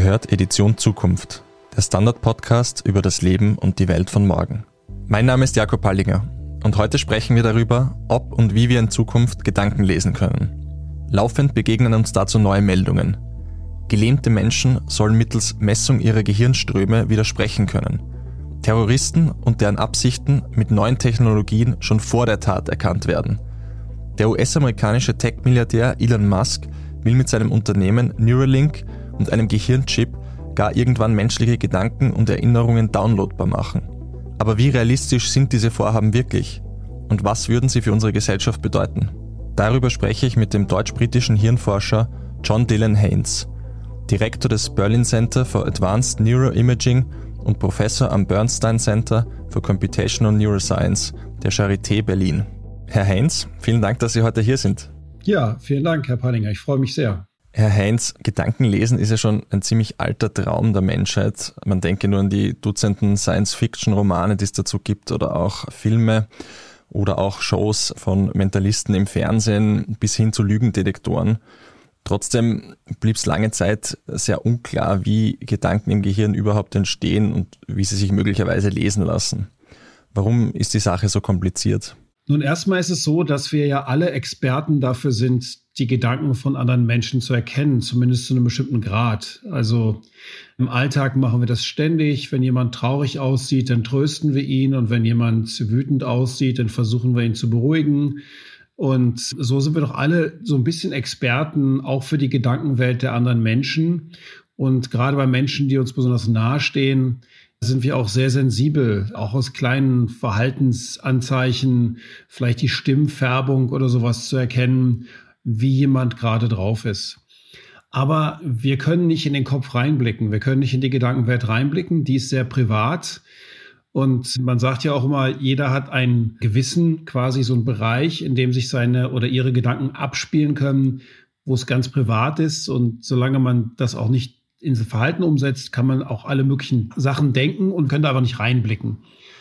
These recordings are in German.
hört Edition Zukunft, der Standard-Podcast über das Leben und die Welt von morgen. Mein Name ist Jakob Hallinger und heute sprechen wir darüber, ob und wie wir in Zukunft Gedanken lesen können. Laufend begegnen uns dazu neue Meldungen. Gelähmte Menschen sollen mittels Messung ihrer Gehirnströme widersprechen können. Terroristen und deren Absichten mit neuen Technologien schon vor der Tat erkannt werden. Der US-amerikanische Tech-Milliardär Elon Musk will mit seinem Unternehmen Neuralink und einem Gehirnchip gar irgendwann menschliche Gedanken und Erinnerungen downloadbar machen. Aber wie realistisch sind diese Vorhaben wirklich? Und was würden sie für unsere Gesellschaft bedeuten? Darüber spreche ich mit dem deutsch-britischen Hirnforscher John Dylan Haynes, Direktor des Berlin Center for Advanced Neuroimaging und Professor am Bernstein Center for Computational Neuroscience der Charité Berlin. Herr Haynes, vielen Dank, dass Sie heute hier sind. Ja, vielen Dank, Herr Pallinger. Ich freue mich sehr. Herr Haynes, Gedankenlesen ist ja schon ein ziemlich alter Traum der Menschheit. Man denke nur an die Dutzenden Science-Fiction-Romane, die es dazu gibt, oder auch Filme oder auch Shows von Mentalisten im Fernsehen bis hin zu Lügendetektoren. Trotzdem blieb es lange Zeit sehr unklar, wie Gedanken im Gehirn überhaupt entstehen und wie sie sich möglicherweise lesen lassen. Warum ist die Sache so kompliziert? Nun, erstmal ist es so, dass wir ja alle Experten dafür sind, die Gedanken von anderen Menschen zu erkennen, zumindest zu einem bestimmten Grad. Also im Alltag machen wir das ständig. Wenn jemand traurig aussieht, dann trösten wir ihn. Und wenn jemand wütend aussieht, dann versuchen wir ihn zu beruhigen. Und so sind wir doch alle so ein bisschen Experten, auch für die Gedankenwelt der anderen Menschen. Und gerade bei Menschen, die uns besonders nahestehen, sind wir auch sehr sensibel, auch aus kleinen Verhaltensanzeichen, vielleicht die Stimmfärbung oder sowas zu erkennen, wie jemand gerade drauf ist. Aber wir können nicht in den Kopf reinblicken, wir können nicht in die Gedankenwelt reinblicken, die ist sehr privat. Und man sagt ja auch immer, jeder hat ein Gewissen, quasi so einen Bereich, in dem sich seine oder ihre Gedanken abspielen können, wo es ganz privat ist. Und solange man das auch nicht ins Verhalten umsetzt, kann man auch alle möglichen Sachen denken und könnte aber nicht reinblicken.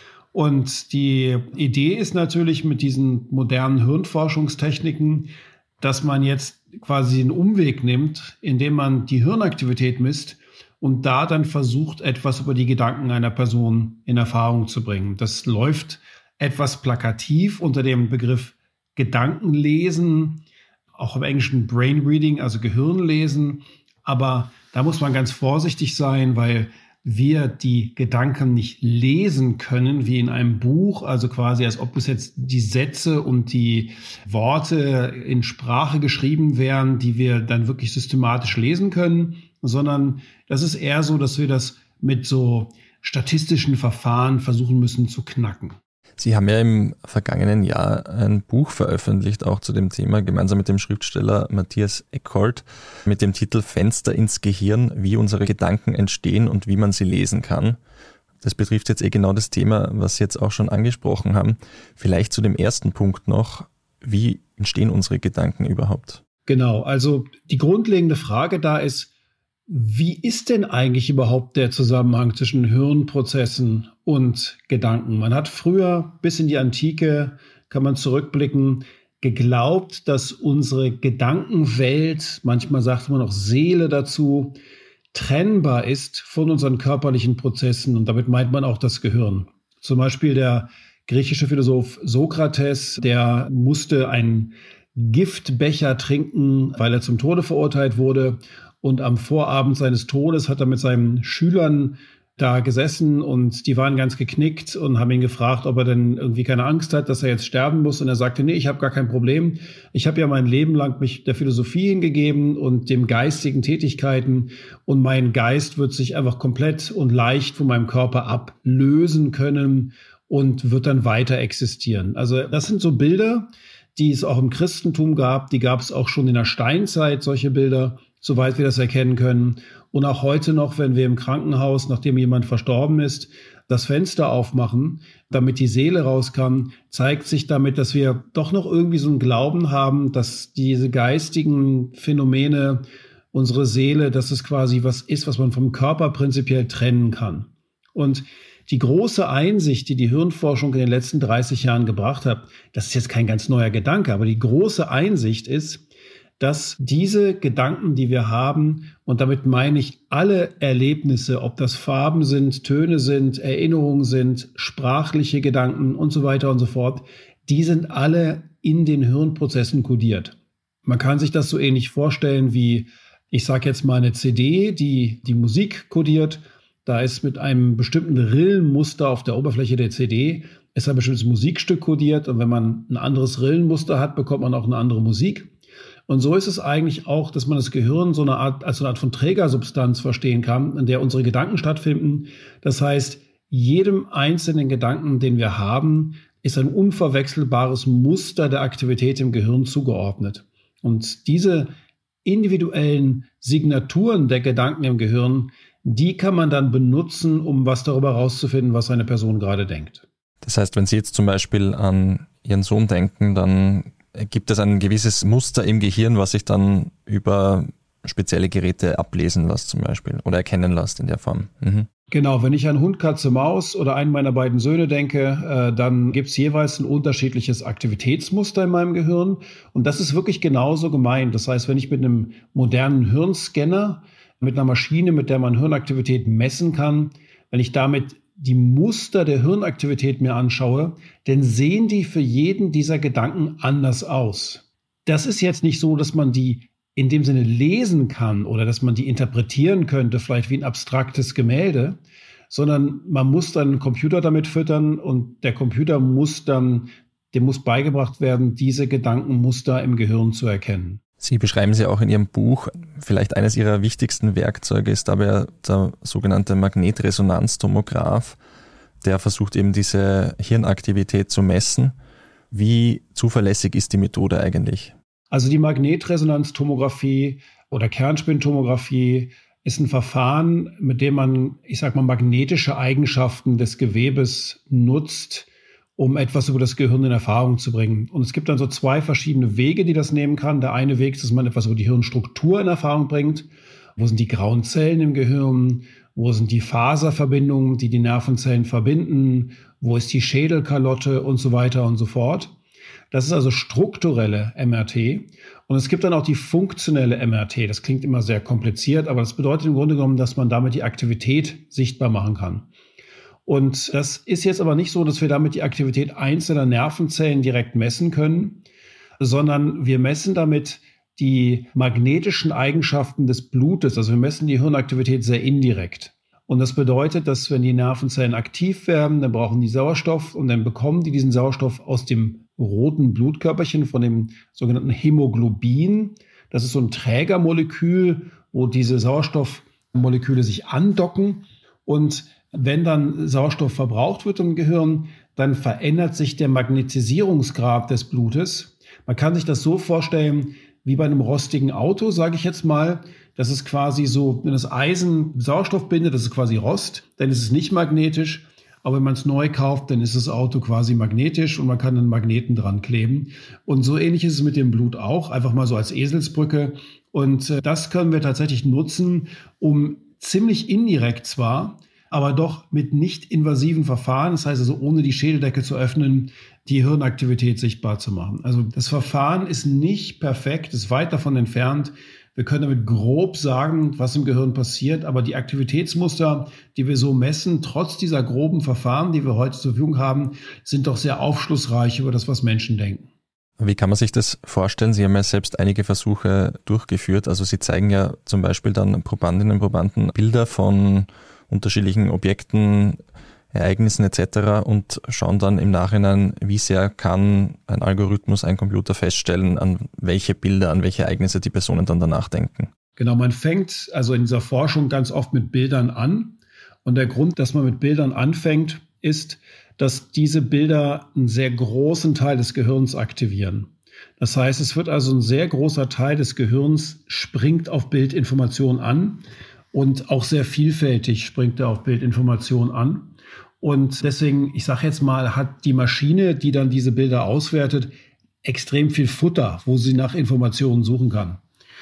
Und die Idee ist natürlich mit diesen modernen Hirnforschungstechniken, dass man jetzt quasi einen Umweg nimmt, indem man die Hirnaktivität misst und da dann versucht, etwas über die Gedanken einer Person in Erfahrung zu bringen. Das läuft etwas plakativ unter dem Begriff Gedankenlesen, auch im Englischen Brain Reading, also Gehirnlesen. Aber da muss man ganz vorsichtig sein, weil wir die Gedanken nicht lesen können, wie in einem Buch, also quasi als ob es jetzt die Sätze und die Worte in Sprache geschrieben wären, die wir dann wirklich systematisch lesen können, sondern das ist eher so, dass wir das mit so statistischen Verfahren versuchen müssen zu knacken. Sie haben ja im vergangenen Jahr ein Buch veröffentlicht, auch zu dem Thema, gemeinsam mit dem Schriftsteller Matthias Eckholt, mit dem Titel Fenster ins Gehirn, wie unsere Gedanken entstehen und wie man sie lesen kann. Das betrifft jetzt genau das Thema, was Sie jetzt auch schon angesprochen haben. Vielleicht zu dem ersten Punkt noch, wie entstehen unsere Gedanken überhaupt? Genau, also die grundlegende Frage da ist, wie ist denn eigentlich überhaupt der Zusammenhang zwischen Hirnprozessen und Gedanken? Man hat früher, bis in die Antike, kann man zurückblicken, geglaubt, dass unsere Gedankenwelt, manchmal sagt man auch Seele dazu, trennbar ist von unseren körperlichen Prozessen. Und damit meint man auch das Gehirn. Zum Beispiel der griechische Philosoph Sokrates, der musste einen Giftbecher trinken, weil er zum Tode verurteilt wurde. Und am Vorabend seines Todes hat er mit seinen Schülern da gesessen und die waren ganz geknickt und haben ihn gefragt, ob er denn irgendwie keine Angst hat, dass er jetzt sterben muss. Und er sagte, nee, ich habe gar kein Problem. Ich habe ja mein Leben lang mich der Philosophie hingegeben und dem geistigen Tätigkeiten. Und mein Geist wird sich einfach komplett und leicht von meinem Körper ablösen können und wird dann weiter existieren. Also das sind so Bilder, die es auch im Christentum gab. Die gab es auch schon in der Steinzeit, solche Bilder, soweit wir das erkennen können. Und auch heute noch, wenn wir im Krankenhaus, nachdem jemand verstorben ist, das Fenster aufmachen, damit die Seele raus kann, zeigt sich damit, dass wir doch noch irgendwie so einen Glauben haben, dass diese geistigen Phänomene, unsere Seele, dass es quasi was ist, was man vom Körper prinzipiell trennen kann. Und die große Einsicht, die die Hirnforschung in den letzten 30 Jahren gebracht hat, das ist jetzt kein ganz neuer Gedanke, aber die große Einsicht ist, dass diese Gedanken, die wir haben, und damit meine ich alle Erlebnisse, ob das Farben sind, Töne sind, Erinnerungen sind, sprachliche Gedanken und so weiter und so fort, die sind alle in den Hirnprozessen kodiert. Man kann sich das so ähnlich vorstellen wie, ich sage jetzt mal eine CD, die die Musik kodiert. Da ist mit einem bestimmten Rillenmuster auf der Oberfläche der CD ist ein bestimmtes Musikstück kodiert. Und wenn man ein anderes Rillenmuster hat, bekommt man auch eine andere Musik. Und so ist es eigentlich auch, dass man das Gehirn so als eine Art von Trägersubstanz verstehen kann, in der unsere Gedanken stattfinden. Das heißt, jedem einzelnen Gedanken, den wir haben, ist ein unverwechselbares Muster der Aktivität im Gehirn zugeordnet. Und diese individuellen Signaturen der Gedanken im Gehirn, die kann man dann benutzen, um was darüber herauszufinden, was eine Person gerade denkt. Das heißt, wenn Sie jetzt zum Beispiel an Ihren Sohn denken, dann gibt es ein gewisses Muster im Gehirn, was sich dann über spezielle Geräte ablesen lässt zum Beispiel oder erkennen lässt in der Form. Mhm. Genau, wenn ich an Hund, Katze, Maus oder einen meiner beiden Söhne denke, dann gibt es jeweils ein unterschiedliches Aktivitätsmuster in meinem Gehirn. Und das ist wirklich genauso gemeint. Das heißt, wenn ich mit einem modernen Hirnscanner, mit einer Maschine, mit der man Hirnaktivität messen kann, wenn ich damit die Muster der Hirnaktivität mir anschaue, dann sehen die für jeden dieser Gedanken anders aus. Das ist jetzt nicht so, dass man die in dem Sinne lesen kann oder dass man die interpretieren könnte, vielleicht wie ein abstraktes Gemälde, sondern man muss dann einen Computer damit füttern und der Computer muss beigebracht werden, diese Gedankenmuster im Gehirn zu erkennen. Sie beschreiben sie auch in Ihrem Buch. Vielleicht eines Ihrer wichtigsten Werkzeuge ist dabei der sogenannte Magnetresonanztomograph, der versucht eben diese Hirnaktivität zu messen. Wie zuverlässig ist die Methode eigentlich? Also die Magnetresonanztomographie oder Kernspintomographie ist ein Verfahren, mit dem man, magnetische Eigenschaften des Gewebes nutzt, um etwas über das Gehirn in Erfahrung zu bringen. Und es gibt dann so zwei verschiedene Wege, die das nehmen kann. Der eine Weg ist, dass man etwas über die Hirnstruktur in Erfahrung bringt. Wo sind die grauen Zellen im Gehirn? Wo sind die Faserverbindungen, die die Nervenzellen verbinden? Wo ist die Schädelkalotte und so weiter und so fort? Das ist also strukturelle MRT. Und es gibt dann auch die funktionelle MRT. Das klingt immer sehr kompliziert, aber das bedeutet im Grunde genommen, dass man damit die Aktivität sichtbar machen kann. Und das ist jetzt aber nicht so, dass wir damit die Aktivität einzelner Nervenzellen direkt messen können, sondern wir messen damit die magnetischen Eigenschaften des Blutes. Also wir messen die Hirnaktivität sehr indirekt. Und das bedeutet, dass wenn die Nervenzellen aktiv werden, dann brauchen die Sauerstoff und dann bekommen die diesen Sauerstoff aus dem roten Blutkörperchen, von dem sogenannten Hämoglobin. Das ist so ein Trägermolekül, wo diese Sauerstoffmoleküle sich andocken. Und wenn dann Sauerstoff verbraucht wird im Gehirn, dann verändert sich der Magnetisierungsgrad des Blutes. Man kann sich das so vorstellen, wie bei einem rostigen Auto, sage ich jetzt mal. Das ist quasi so, wenn das Eisen Sauerstoff bindet, das ist quasi Rost, dann ist es nicht magnetisch. Aber wenn man es neu kauft, dann ist das Auto quasi magnetisch und man kann einen Magneten dran kleben. Und so ähnlich ist es mit dem Blut auch, einfach mal so als Eselsbrücke. Und das können wir tatsächlich nutzen, um ziemlich indirekt zwar, aber doch mit nicht invasiven Verfahren, das heißt also ohne die Schädeldecke zu öffnen, die Hirnaktivität sichtbar zu machen. Also das Verfahren ist nicht perfekt, ist weit davon entfernt. Wir können damit grob sagen, was im Gehirn passiert, aber die Aktivitätsmuster, die wir so messen, trotz dieser groben Verfahren, die wir heute zur Verfügung haben, sind doch sehr aufschlussreich über das, was Menschen denken. Wie kann man sich das vorstellen? Sie haben ja selbst einige Versuche durchgeführt. Also Sie zeigen ja zum Beispiel dann Probandinnen und Probanden Bilder von unterschiedlichen Objekten, Ereignissen etc. und schauen dann im Nachhinein, wie sehr kann ein Algorithmus, ein Computer feststellen, an welche Bilder, an welche Ereignisse die Personen dann danach denken. Genau, man fängt also in dieser Forschung ganz oft mit Bildern an. Und der Grund, dass man mit Bildern anfängt, ist, dass diese Bilder einen sehr großen Teil des Gehirns aktivieren. Das heißt, es wird also ein sehr großer Teil des Gehirns springt auf Bildinformation an. Und auch sehr vielfältig springt er auf Bildinformation an. Und deswegen, ich sage jetzt mal, hat die Maschine, die dann diese Bilder auswertet, extrem viel Futter, wo sie nach Informationen suchen kann.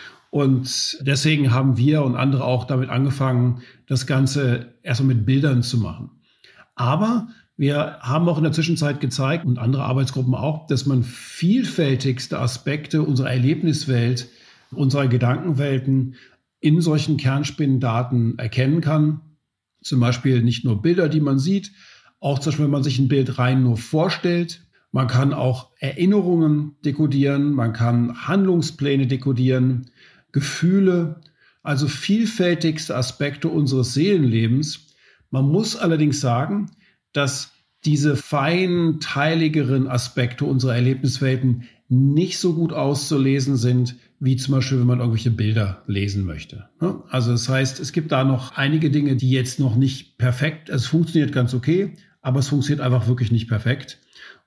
Und deswegen haben wir und andere auch damit angefangen, das Ganze erstmal mit Bildern zu machen. Aber wir haben auch in der Zwischenzeit gezeigt und andere Arbeitsgruppen auch, dass man vielfältigste Aspekte unserer Erlebniswelt unserer Gedankenwelten in solchen Kernspindaten erkennen kann. Zum Beispiel nicht nur Bilder, die man sieht, auch zum Beispiel, wenn man sich ein Bild rein nur vorstellt. Man kann auch Erinnerungen dekodieren, man kann Handlungspläne dekodieren, Gefühle, also vielfältigste Aspekte unseres Seelenlebens. Man muss allerdings sagen, dass diese feinteiligeren Aspekte unserer Erlebniswelten nicht so gut auszulesen sind, wie zum Beispiel, wenn man irgendwelche Bilder lesen möchte. Also das heißt, es gibt da noch einige Dinge, die jetzt noch nicht perfekt, es funktioniert ganz okay, aber es funktioniert einfach wirklich nicht perfekt.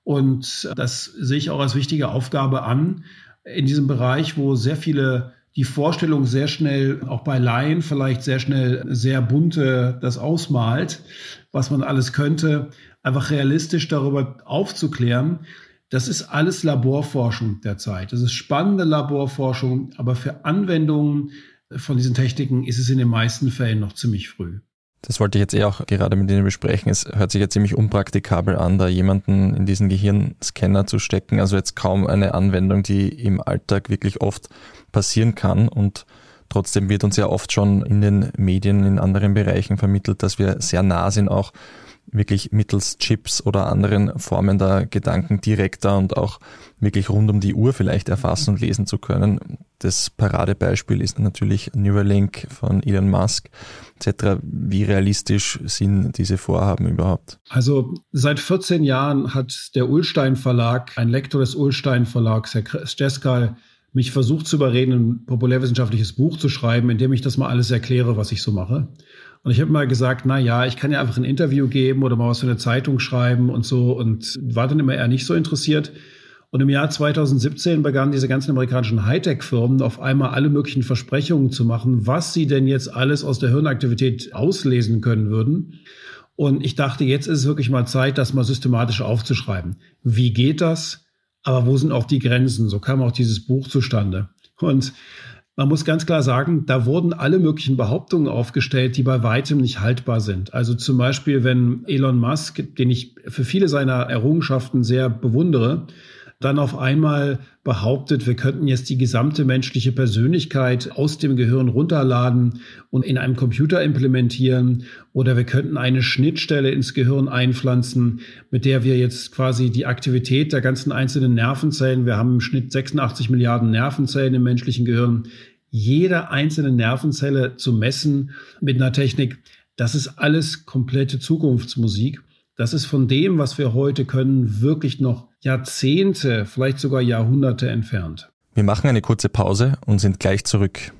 Und das sehe ich auch als wichtige Aufgabe an, in diesem Bereich, wo sehr viele die Vorstellung sehr schnell, auch bei Laien vielleicht sehr schnell sehr bunte das ausmalt, was man alles könnte, einfach realistisch darüber aufzuklären. Das ist alles Laborforschung derzeit. Das ist spannende Laborforschung, aber für Anwendungen von diesen Techniken ist es in den meisten Fällen noch ziemlich früh. Das wollte ich jetzt auch gerade mit Ihnen besprechen. Es hört sich ja ziemlich unpraktikabel an, da jemanden in diesen Gehirnscanner zu stecken. Also jetzt kaum eine Anwendung, die im Alltag wirklich oft passieren kann. Und trotzdem wird uns ja oft schon in den Medien, in anderen Bereichen vermittelt, dass wir sehr nah sind, auch wirklich mittels Chips oder anderen Formen der Gedanken direkter und auch wirklich rund um die Uhr vielleicht erfassen und lesen zu können. Das Paradebeispiel ist natürlich Neuralink von Elon Musk etc. Wie realistisch sind diese Vorhaben überhaupt? Also seit 14 Jahren hat der Ullstein Verlag, ein Lektor des Ullstein Verlags, Herr Steskal, mich versucht zu überreden, ein populärwissenschaftliches Buch zu schreiben, in dem ich das mal alles erkläre, was ich so mache. Und ich habe mal gesagt, na ja, ich kann ja einfach ein Interview geben oder mal was für eine Zeitung schreiben und so, und war dann immer eher nicht so interessiert. Und im Jahr 2017 begannen diese ganzen amerikanischen Hightech-Firmen auf einmal alle möglichen Versprechungen zu machen, was sie denn jetzt alles aus der Hirnaktivität auslesen können würden. Und ich dachte, jetzt ist es wirklich mal Zeit, das mal systematisch aufzuschreiben. Wie geht das? Aber wo sind auch die Grenzen? So kam auch dieses Buch zustande. Und man muss ganz klar sagen, da wurden alle möglichen Behauptungen aufgestellt, die bei weitem nicht haltbar sind. Also zum Beispiel, wenn Elon Musk, den ich für viele seiner Errungenschaften sehr bewundere, dann auf einmal behauptet, wir könnten jetzt die gesamte menschliche Persönlichkeit aus dem Gehirn runterladen und in einem Computer implementieren, oder wir könnten eine Schnittstelle ins Gehirn einpflanzen, mit der wir jetzt quasi die Aktivität der ganzen einzelnen Nervenzellen, wir haben im Schnitt 86 Milliarden Nervenzellen im menschlichen Gehirn, jede einzelne Nervenzelle zu messen mit einer Technik, das ist alles komplette Zukunftsmusik. Das ist von dem, was wir heute können, wirklich noch Jahrzehnte, vielleicht sogar Jahrhunderte entfernt. Wir machen eine kurze Pause und sind gleich zurück.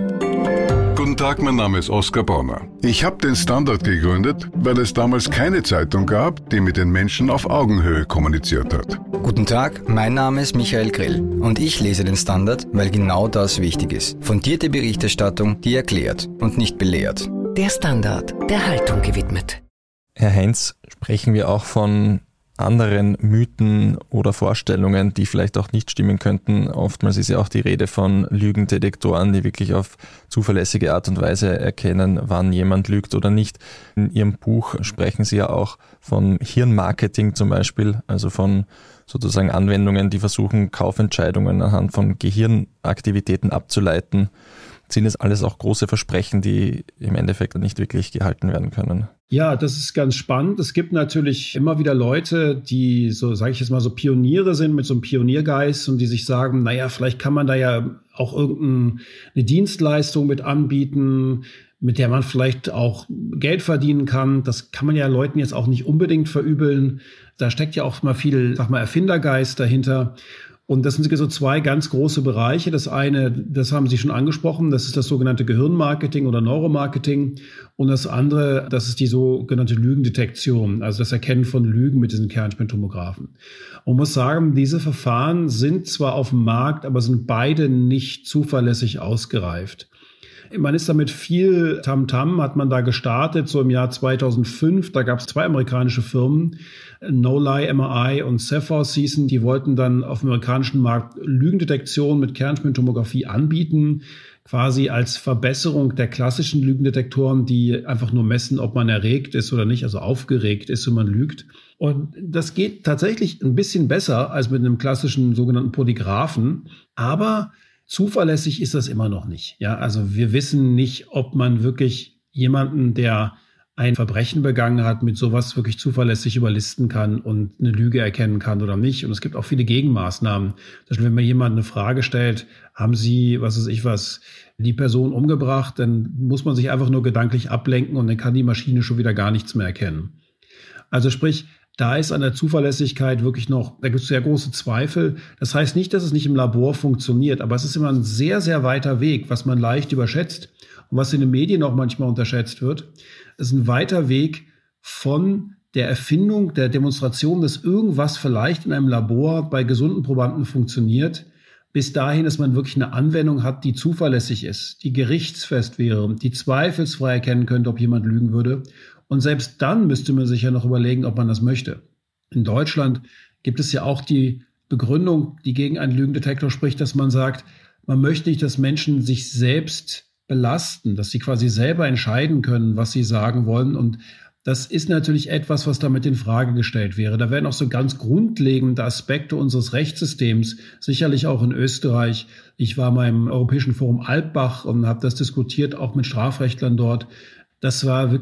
Guten Tag, mein Name ist Oskar Bonner. Ich habe den Standard gegründet, weil es damals keine Zeitung gab, die mit den Menschen auf Augenhöhe kommuniziert hat. Guten Tag, mein Name ist Michael Grill und ich lese den Standard, weil genau das wichtig ist. Fundierte Berichterstattung, die erklärt und nicht belehrt. Der Standard, der Haltung gewidmet. Herr Heinz, sprechen wir auch von anderen Mythen oder Vorstellungen, die vielleicht auch nicht stimmen könnten. Oftmals ist ja auch die Rede von Lügendetektoren, die wirklich auf zuverlässige Art und Weise erkennen, wann jemand lügt oder nicht. In Ihrem Buch sprechen Sie ja auch von Hirnmarketing zum Beispiel, also von sozusagen Anwendungen, die versuchen, Kaufentscheidungen anhand von Gehirnaktivitäten abzuleiten. Sind es alles auch große Versprechen, die im Endeffekt nicht wirklich gehalten werden können? Ja, das ist ganz spannend. Es gibt natürlich immer wieder Leute, die so, sage ich jetzt mal, so Pioniere sind mit so einem Pioniergeist und die sich sagen, naja, vielleicht kann man da ja auch irgendeine Dienstleistung mit anbieten, mit der man vielleicht auch Geld verdienen kann. Das kann man ja Leuten jetzt auch nicht unbedingt verübeln. Da steckt ja auch mal viel, sag mal, Erfindergeist dahinter. Und das sind so zwei ganz große Bereiche. Das eine, das haben Sie schon angesprochen, das ist das sogenannte Gehirnmarketing oder Neuromarketing. Und das andere, das ist die sogenannte Lügendetektion, also das Erkennen von Lügen mit diesen Kernspintomographen. Und man muss sagen, diese Verfahren sind zwar auf dem Markt, aber sind beide nicht zuverlässig ausgereift. Man ist damit viel Tamtam, hat man da gestartet, so im Jahr 2005. Da gab es 2 amerikanische Firmen, No Lie MRI und Cephos hießen. Die wollten dann auf dem amerikanischen Markt Lügendetektion mit Kernspintomographie anbieten, quasi als Verbesserung der klassischen Lügendetektoren, die einfach nur messen, ob man erregt ist oder nicht, also aufgeregt ist, wenn man lügt. Und das geht tatsächlich ein bisschen besser als mit einem klassischen sogenannten Polygraphen, aber zuverlässig ist das immer noch nicht. Ja, also wir wissen nicht, ob man wirklich jemanden, der ein Verbrechen begangen hat, mit sowas wirklich zuverlässig überlisten kann und eine Lüge erkennen kann oder nicht. Und es gibt auch viele Gegenmaßnahmen. Zum Beispiel, wenn mir jemand eine Frage stellt, haben Sie, die Person umgebracht, dann muss man sich einfach nur gedanklich ablenken und dann kann die Maschine schon wieder gar nichts mehr erkennen. Also sprich, da ist an der Zuverlässigkeit wirklich noch, da gibt es sehr große Zweifel. Das heißt nicht, dass es nicht im Labor funktioniert, aber es ist immer ein sehr, sehr weiter Weg, was man leicht überschätzt und was in den Medien auch manchmal unterschätzt wird. Es ist ein weiter Weg von der Erfindung, der Demonstration, dass irgendwas vielleicht in einem Labor bei gesunden Probanden funktioniert, bis dahin, dass man wirklich eine Anwendung hat, die zuverlässig ist, die gerichtsfest wäre, die zweifelsfrei erkennen könnte, ob jemand lügen würde. Und selbst dann müsste man sich ja noch überlegen, ob man das möchte. In Deutschland gibt es ja auch die Begründung, die gegen einen Lügendetektor spricht, dass man sagt, man möchte nicht, dass Menschen sich selbst belasten, dass sie quasi selber entscheiden können, was sie sagen wollen. Und das ist natürlich etwas, was damit in Frage gestellt wäre. Da werden auch so ganz grundlegende Aspekte unseres Rechtssystems, sicherlich auch in Österreich. Ich war mal im Europäischen Forum Alpbach und habe das diskutiert, auch mit Strafrechtlern dort. Das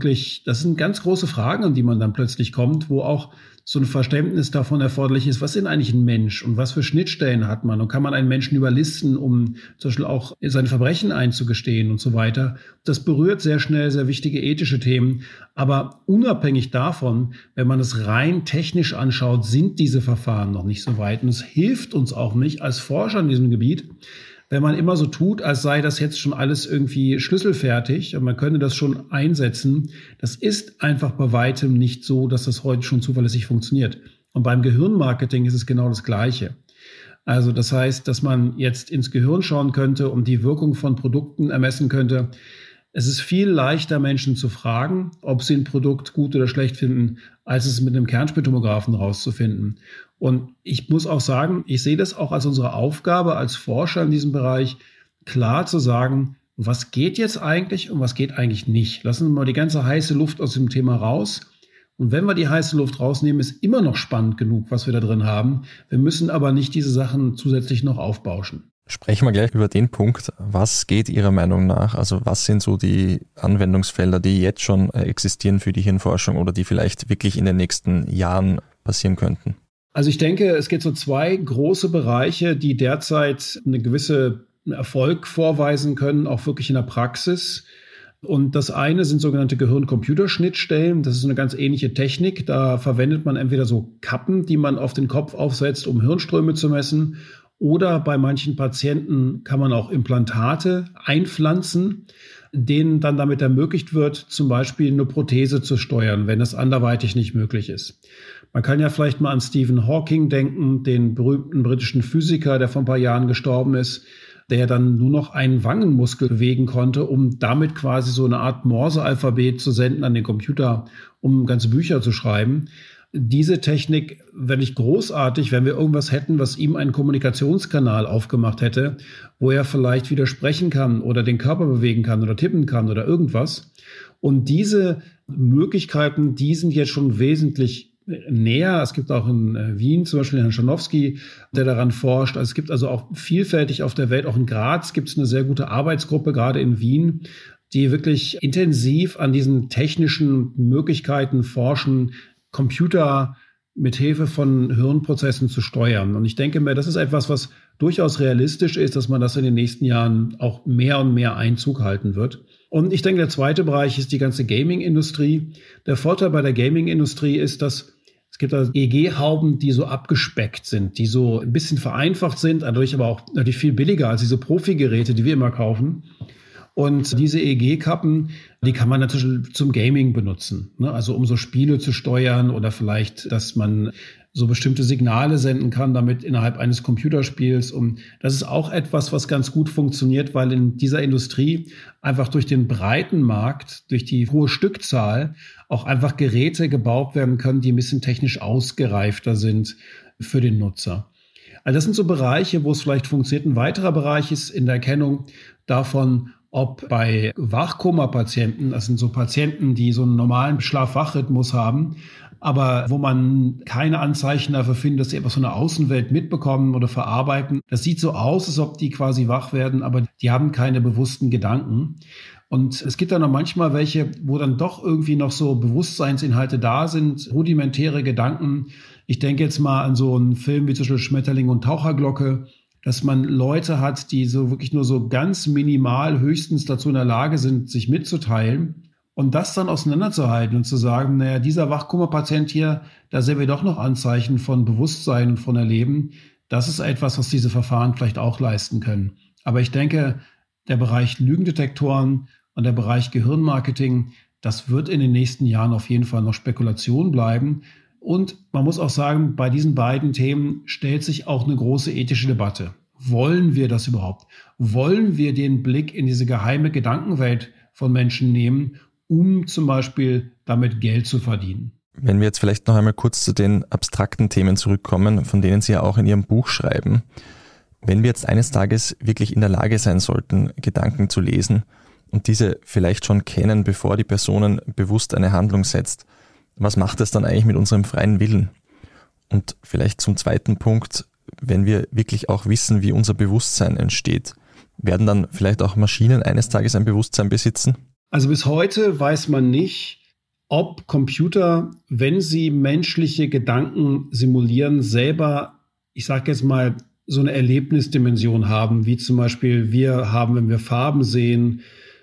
sind ganz große Fragen, an die man dann plötzlich kommt, wo auch so ein Verständnis davon erforderlich ist, was ist eigentlich ein Mensch und was für Schnittstellen hat man und kann man einen Menschen überlisten, um zum Beispiel auch seine Verbrechen einzugestehen und so weiter. Das berührt sehr schnell sehr wichtige ethische Themen, aber unabhängig davon, wenn man es rein technisch anschaut, sind diese Verfahren noch nicht so weit und es hilft uns auch nicht als Forscher in diesem Gebiet, wenn man immer so tut, als sei das jetzt schon alles irgendwie schlüsselfertig und man könne das schon einsetzen. Das ist einfach bei weitem nicht so, dass das heute schon zuverlässig funktioniert. Und beim Gehirnmarketing ist es genau das Gleiche. Also das heißt, dass man jetzt ins Gehirn schauen könnte und die Wirkung von Produkten ermessen könnte. Es ist viel leichter, Menschen zu fragen, ob sie ein Produkt gut oder schlecht finden, als es mit einem Kernspintomographen rauszufinden. Und ich muss auch sagen, ich sehe das auch als unsere Aufgabe als Forscher in diesem Bereich, klar zu sagen, was geht jetzt eigentlich und was geht eigentlich nicht. Lassen wir mal die ganze heiße Luft aus dem Thema raus. Und wenn wir die heiße Luft rausnehmen, ist immer noch spannend genug, was wir da drin haben. Wir müssen aber nicht diese Sachen zusätzlich noch aufbauschen. Sprechen wir gleich über den Punkt. Was geht Ihrer Meinung nach? Also was sind so die Anwendungsfelder, die jetzt schon existieren für die Hirnforschung oder die vielleicht wirklich in den nächsten Jahren passieren könnten? Also ich denke, es gibt so zwei große Bereiche, die derzeit eine gewisse Erfolg vorweisen können, auch wirklich in der Praxis. Und das eine sind sogenannte Gehirn-Computer-Schnittstellen. Das ist eine ganz ähnliche Technik. Da verwendet man entweder so Kappen, die man auf den Kopf aufsetzt, um Hirnströme zu messen. Oder bei manchen Patienten kann man auch Implantate einpflanzen, denen dann damit ermöglicht wird, zum Beispiel eine Prothese zu steuern, wenn das anderweitig nicht möglich ist. Man kann ja vielleicht mal an Stephen Hawking denken, den berühmten britischen Physiker, der vor ein paar Jahren gestorben ist, der dann nur noch einen Wangenmuskel bewegen konnte, um damit quasi so eine Art Morse-Alphabet zu senden an den Computer, um ganze Bücher zu schreiben. Diese Technik wäre nicht großartig, wenn wir irgendwas hätten, was ihm einen Kommunikationskanal aufgemacht hätte, wo er vielleicht widersprechen kann oder den Körper bewegen kann oder tippen kann oder irgendwas. Und diese Möglichkeiten, die sind jetzt schon wesentlich näher. Es gibt auch in Wien zum Beispiel Herrn Schanowski, der daran forscht. Also es gibt also auch vielfältig auf der Welt, auch in Graz gibt es eine sehr gute Arbeitsgruppe, gerade in Wien, die wirklich intensiv an diesen technischen Möglichkeiten forschen, Computer mit Hilfe von Hirnprozessen zu steuern. Und ich denke mir, das ist etwas, was durchaus realistisch ist, dass man das in den nächsten Jahren auch mehr und mehr Einzug halten wird. Und ich denke, der zweite Bereich ist die ganze Gaming-Industrie. Der Vorteil bei der Gaming-Industrie ist, dass es gibt also EEG-Hauben, die so abgespeckt sind, die so ein bisschen vereinfacht sind, dadurch aber auch natürlich viel billiger als diese Profi-Geräte, die wir immer kaufen. Und diese EEG-Kappen, die kann man natürlich zum Gaming benutzen, ne? Also um so Spiele zu steuern oder vielleicht, dass man so bestimmte Signale senden kann, damit innerhalb eines Computerspiels. Und das ist auch etwas, was ganz gut funktioniert, weil in dieser Industrie einfach durch den breiten Markt, durch die hohe Stückzahl auch einfach Geräte gebaut werden können, die ein bisschen technisch ausgereifter sind für den Nutzer. Also das sind so Bereiche, wo es vielleicht funktioniert. Ein weiterer Bereich ist in der Erkennung davon, ob bei Wachkoma-Patienten, das sind so Patienten, die so einen normalen Schlaf-Wach-Rhythmus haben, aber wo man keine Anzeichen dafür findet, dass sie etwas von der Außenwelt mitbekommen oder verarbeiten. Das sieht so aus, als ob die quasi wach werden, aber die haben keine bewussten Gedanken. Und es gibt dann noch manchmal welche, wo dann doch irgendwie noch so Bewusstseinsinhalte da sind, rudimentäre Gedanken. Ich denke jetzt mal an so einen Film wie zum Beispiel Schmetterling und Taucherglocke, dass man Leute hat, die so wirklich nur so ganz minimal höchstens dazu in der Lage sind, sich mitzuteilen. Und das dann auseinanderzuhalten und zu sagen, naja, dieser Wachkoma-Patient hier, da sehen wir doch noch Anzeichen von Bewusstsein und von Erleben. Das ist etwas, was diese Verfahren vielleicht auch leisten können. Aber ich denke, der Bereich Lügendetektoren und der Bereich Gehirnmarketing, das wird in den nächsten Jahren auf jeden Fall noch Spekulation bleiben. Und man muss auch sagen, bei diesen beiden Themen stellt sich auch eine große ethische Debatte. Wollen wir das überhaupt? Wollen wir den Blick in diese geheime Gedankenwelt von Menschen nehmen, um zum Beispiel damit Geld zu verdienen? Wenn wir jetzt vielleicht noch einmal kurz zu den abstrakten Themen zurückkommen, von denen Sie ja auch in Ihrem Buch schreiben. Wenn wir jetzt eines Tages wirklich in der Lage sein sollten, Gedanken zu lesen und diese vielleicht schon kennen, bevor die Person bewusst eine Handlung setzt, was macht das dann eigentlich mit unserem freien Willen? Und vielleicht zum zweiten Punkt, wenn wir wirklich auch wissen, wie unser Bewusstsein entsteht, werden dann vielleicht auch Maschinen eines Tages ein Bewusstsein besitzen? Also bis heute weiß man nicht, ob Computer, wenn sie menschliche Gedanken simulieren, selber, ich sage jetzt mal, so eine Erlebnisdimension haben, wie zum Beispiel wir haben, wenn wir Farben sehen,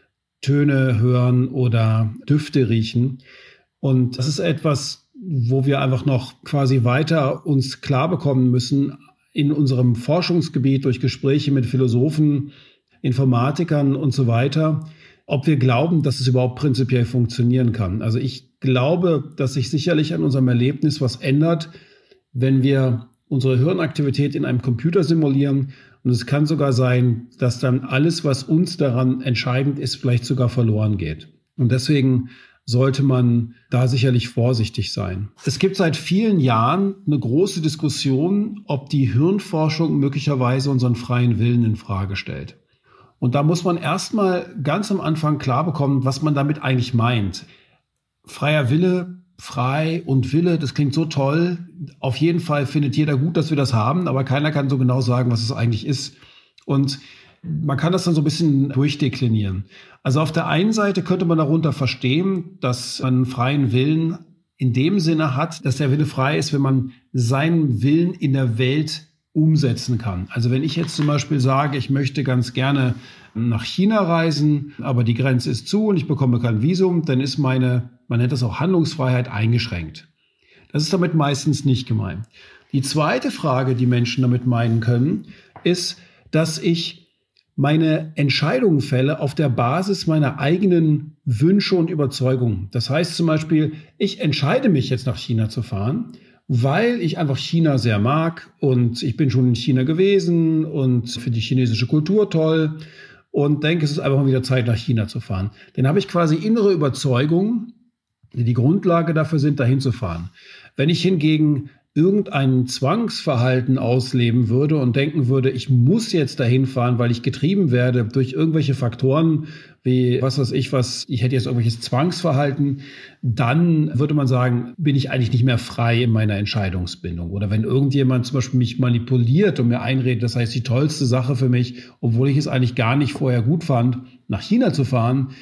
Töne hören oder Düfte riechen. Und das ist etwas, wo wir einfach noch quasi weiter uns klar bekommen müssen in unserem Forschungsgebiet durch Gespräche mit Philosophen, Informatikern und so weiter, ob wir glauben, dass es überhaupt prinzipiell funktionieren kann. Also ich glaube, dass sich sicherlich an unserem Erlebnis was ändert, wenn wir unsere Hirnaktivität in einem Computer simulieren. Und es kann sogar sein, dass dann alles, was uns daran entscheidend ist, vielleicht sogar verloren geht. Und deswegen sollte man da sicherlich vorsichtig sein. Es gibt seit vielen Jahren eine große Diskussion, ob die Hirnforschung möglicherweise unseren freien Willen in Frage stellt. Und da muss man erstmal ganz am Anfang klar bekommen, was man damit eigentlich meint. Freier Wille, frei und Wille, das klingt so toll. Auf jeden Fall findet jeder gut, dass wir das haben, aber keiner kann so genau sagen, was es eigentlich ist. Und man kann das dann so ein bisschen durchdeklinieren. Also auf der einen Seite könnte man darunter verstehen, dass man einen freien Willen in dem Sinne hat, dass der Wille frei ist, wenn man seinen Willen in der Welt umsetzen kann. Also wenn ich jetzt zum Beispiel sage, ich möchte ganz gerne nach China reisen, aber die Grenze ist zu und ich bekomme kein Visum, dann ist meine, man nennt das auch Handlungsfreiheit, eingeschränkt. Das ist damit meistens nicht gemeint. Die zweite Frage, die Menschen damit meinen können, ist, dass ich meine Entscheidungen fälle auf der Basis meiner eigenen Wünsche und Überzeugungen. Das heißt zum Beispiel, ich entscheide mich jetzt nach China zu fahren, weil ich einfach China sehr mag und ich bin schon in China gewesen und finde die chinesische Kultur toll und denke, es ist einfach mal wieder Zeit, nach China zu fahren. Dann habe ich quasi innere Überzeugungen, die die Grundlage dafür sind, dahin zu fahren. Wenn ich hingegen irgendein Zwangsverhalten ausleben würde und denken würde, ich muss jetzt dahin fahren, weil ich getrieben werde durch irgendwelche Faktoren, wie was weiß ich was, ich hätte jetzt irgendwelches Zwangsverhalten, dann würde man sagen, bin ich eigentlich nicht mehr frei in meiner Entscheidungsbindung. Oder wenn irgendjemand zum Beispiel mich manipuliert und mir einredet, das heißt die tollste Sache für mich, obwohl ich es eigentlich gar nicht vorher gut fand, nach China zu fahren,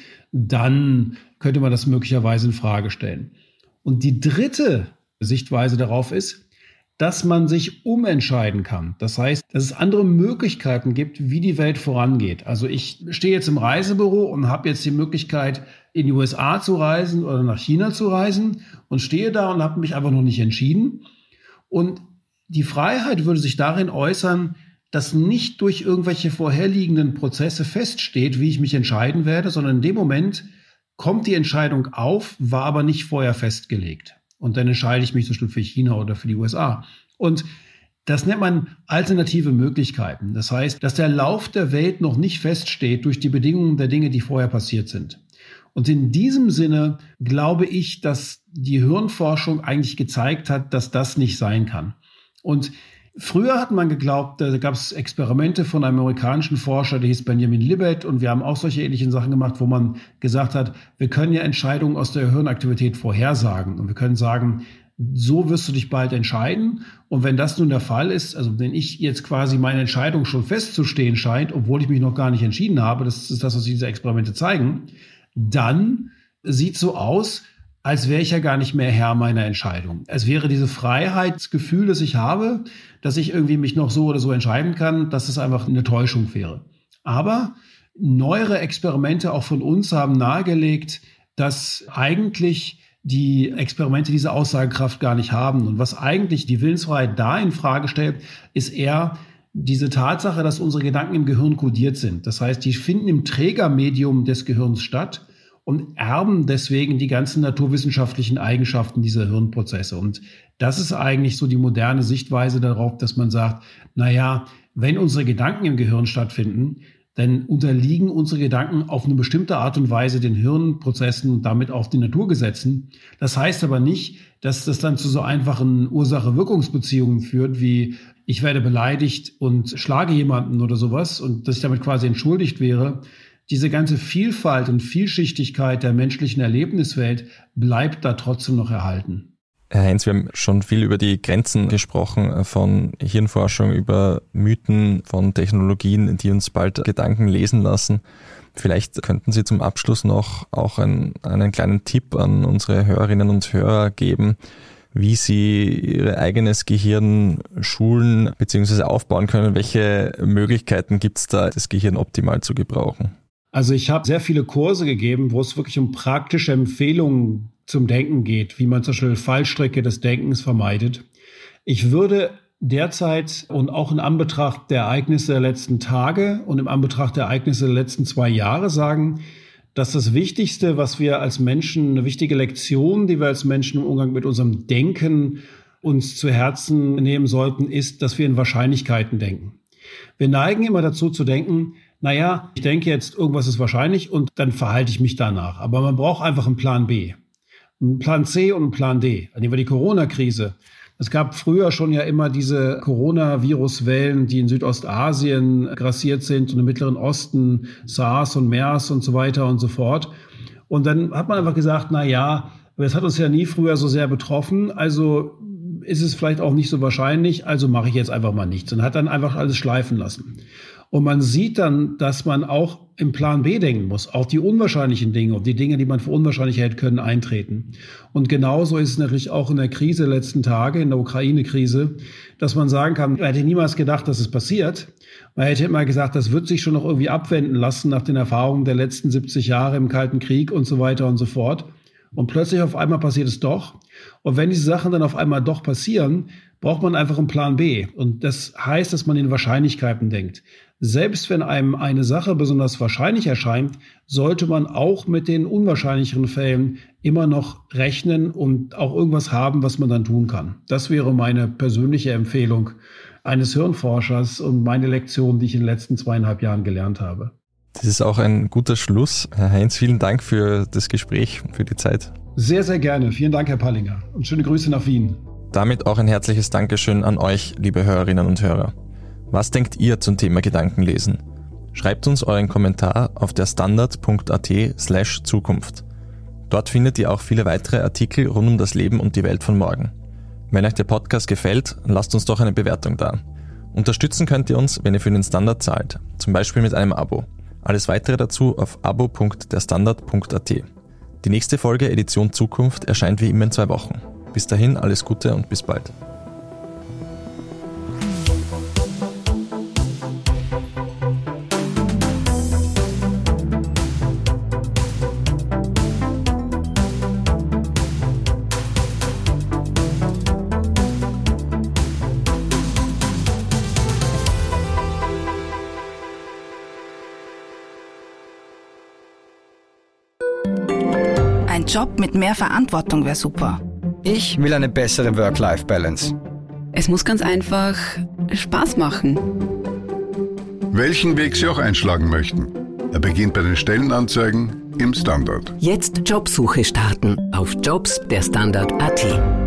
dann könnte man das möglicherweise in Frage stellen. Und die dritte Sichtweise darauf ist, dass man sich umentscheiden kann. Das heißt, dass es andere Möglichkeiten gibt, wie die Welt vorangeht. Also ich stehe jetzt im Reisebüro und habe jetzt die Möglichkeit, in die USA zu reisen oder nach China zu reisen und stehe da und habe mich einfach noch nicht entschieden. Und die Freiheit würde sich darin äußern, dass nicht durch irgendwelche vorherliegenden Prozesse feststeht, wie ich mich entscheiden werde, sondern in dem Moment kommt die Entscheidung auf, war aber nicht vorher festgelegt. Und dann entscheide ich mich zum Beispiel für China oder für die USA. Und das nennt man alternative Möglichkeiten. Das heißt, dass der Lauf der Welt noch nicht feststeht durch die Bedingungen der Dinge, die vorher passiert sind. Und in diesem Sinne glaube ich, dass die Hirnforschung eigentlich gezeigt hat, dass das nicht sein kann. Und früher hat man geglaubt, da gab es Experimente von einem amerikanischen Forscher, der hieß Benjamin Libet, und wir haben auch solche ähnlichen Sachen gemacht, wo man gesagt hat, wir können ja Entscheidungen aus der Hirnaktivität vorhersagen und wir können sagen, so wirst du dich bald entscheiden. Und wenn das nun der Fall ist, also wenn ich jetzt quasi meine Entscheidung schon festzustehen scheint, obwohl ich mich noch gar nicht entschieden habe, das ist das, was diese Experimente zeigen, dann sieht so aus, als wäre ich ja gar nicht mehr Herr meiner Entscheidung. Es wäre diese Freiheitsgefühl, das ich habe, dass ich irgendwie mich noch so oder so entscheiden kann, dass es einfach eine Täuschung wäre. Aber neuere Experimente auch von uns haben nahegelegt, dass eigentlich die Experimente diese Aussagekraft gar nicht haben. Und was eigentlich die Willensfreiheit da in Frage stellt, ist eher diese Tatsache, dass unsere Gedanken im Gehirn kodiert sind. Das heißt, die finden im Trägermedium des Gehirns statt und erben deswegen die ganzen naturwissenschaftlichen Eigenschaften dieser Hirnprozesse. Und das ist eigentlich so die moderne Sichtweise darauf, dass man sagt, naja, wenn unsere Gedanken im Gehirn stattfinden, dann unterliegen unsere Gedanken auf eine bestimmte Art und Weise den Hirnprozessen und damit auch den Naturgesetzen. Das heißt aber nicht, dass das dann zu so einfachen Ursache-Wirkungsbeziehungen führt, wie ich werde beleidigt und schlage jemanden oder sowas und dass ich damit quasi entschuldigt wäre. Diese ganze Vielfalt und Vielschichtigkeit der menschlichen Erlebniswelt bleibt da trotzdem noch erhalten. Herr Heinz, wir haben schon viel über die Grenzen gesprochen, von Hirnforschung über Mythen, von Technologien, die uns bald Gedanken lesen lassen. Vielleicht könnten Sie zum Abschluss noch auch einen kleinen Tipp an unsere Hörerinnen und Hörer geben, wie sie ihr eigenes Gehirn schulen bzw. aufbauen können. Welche Möglichkeiten gibt es da, das Gehirn optimal zu gebrauchen? Also ich habe sehr viele Kurse gegeben, wo es wirklich um praktische Empfehlungen zum Denken geht, wie man zum Beispiel Fallstricke des Denkens vermeidet. Ich würde derzeit und auch in Anbetracht der Ereignisse der letzten Tage und im Anbetracht der Ereignisse der letzten 2 Jahre sagen, dass das Wichtigste, was wir als Menschen, eine wichtige Lektion, die wir als Menschen im Umgang mit unserem Denken uns zu Herzen nehmen sollten, ist, dass wir in Wahrscheinlichkeiten denken. Wir neigen immer dazu zu denken, naja, ich denke jetzt, irgendwas ist wahrscheinlich und dann verhalte ich mich danach. Aber man braucht einfach einen Plan B. Ein Plan C und ein Plan D. Nehmen wir die Corona-Krise. Es gab früher schon ja immer diese Coronavirus-Wellen, die in Südostasien grassiert sind und im Mittleren Osten, SARS und MERS und so weiter und so fort. Und dann hat man einfach gesagt, na ja, das hat uns ja nie früher so sehr betroffen, also ist es vielleicht auch nicht so wahrscheinlich, also mache ich jetzt einfach mal nichts und hat dann einfach alles schleifen lassen. Und man sieht dann, dass man auch im Plan B denken muss. Auch die unwahrscheinlichen Dinge und die Dinge, die man für unwahrscheinlich hält, können eintreten. Und genauso ist es natürlich auch in der Krise der letzten Tage, in der Ukraine-Krise, dass man sagen kann, man hätte niemals gedacht, dass es passiert. Man hätte immer gesagt, das wird sich schon noch irgendwie abwenden lassen nach den Erfahrungen der letzten 70 Jahre im Kalten Krieg und so weiter und so fort. Und plötzlich auf einmal passiert es doch. Und wenn diese Sachen dann auf einmal doch passieren, braucht man einfach einen Plan B. Und das heißt, dass man in Wahrscheinlichkeiten denkt. Selbst wenn einem eine Sache besonders wahrscheinlich erscheint, sollte man auch mit den unwahrscheinlicheren Fällen immer noch rechnen und auch irgendwas haben, was man dann tun kann. Das wäre meine persönliche Empfehlung eines Hirnforschers und meine Lektion, die ich in den letzten 2,5 Jahren gelernt habe. Das ist auch ein guter Schluss. Herr Heinz, vielen Dank für das Gespräch, für die Zeit. Sehr, sehr gerne. Vielen Dank, Herr Pallinger. Und schöne Grüße nach Wien. Damit auch ein herzliches Dankeschön an euch, liebe Hörerinnen und Hörer. Was denkt ihr zum Thema Gedankenlesen? Schreibt uns euren Kommentar auf der standard.at/Zukunft. Dort findet ihr auch viele weitere Artikel rund um das Leben und die Welt von morgen. Wenn euch der Podcast gefällt, lasst uns doch eine Bewertung da. Unterstützen könnt ihr uns, wenn ihr für den Standard zahlt, zum Beispiel mit einem Abo. Alles weitere dazu auf abo.derstandard.at. Die nächste Folge Edition Zukunft erscheint wie immer in 2 Wochen. Bis dahin alles Gute und bis bald. Ein Job mit mehr Verantwortung wäre super. Ich will eine bessere Work-Life-Balance. Es muss ganz einfach Spaß machen. Welchen Weg Sie auch einschlagen möchten. Er beginnt bei den Stellenanzeigen im Standard. Jetzt Jobsuche starten auf Jobs der Standard.at.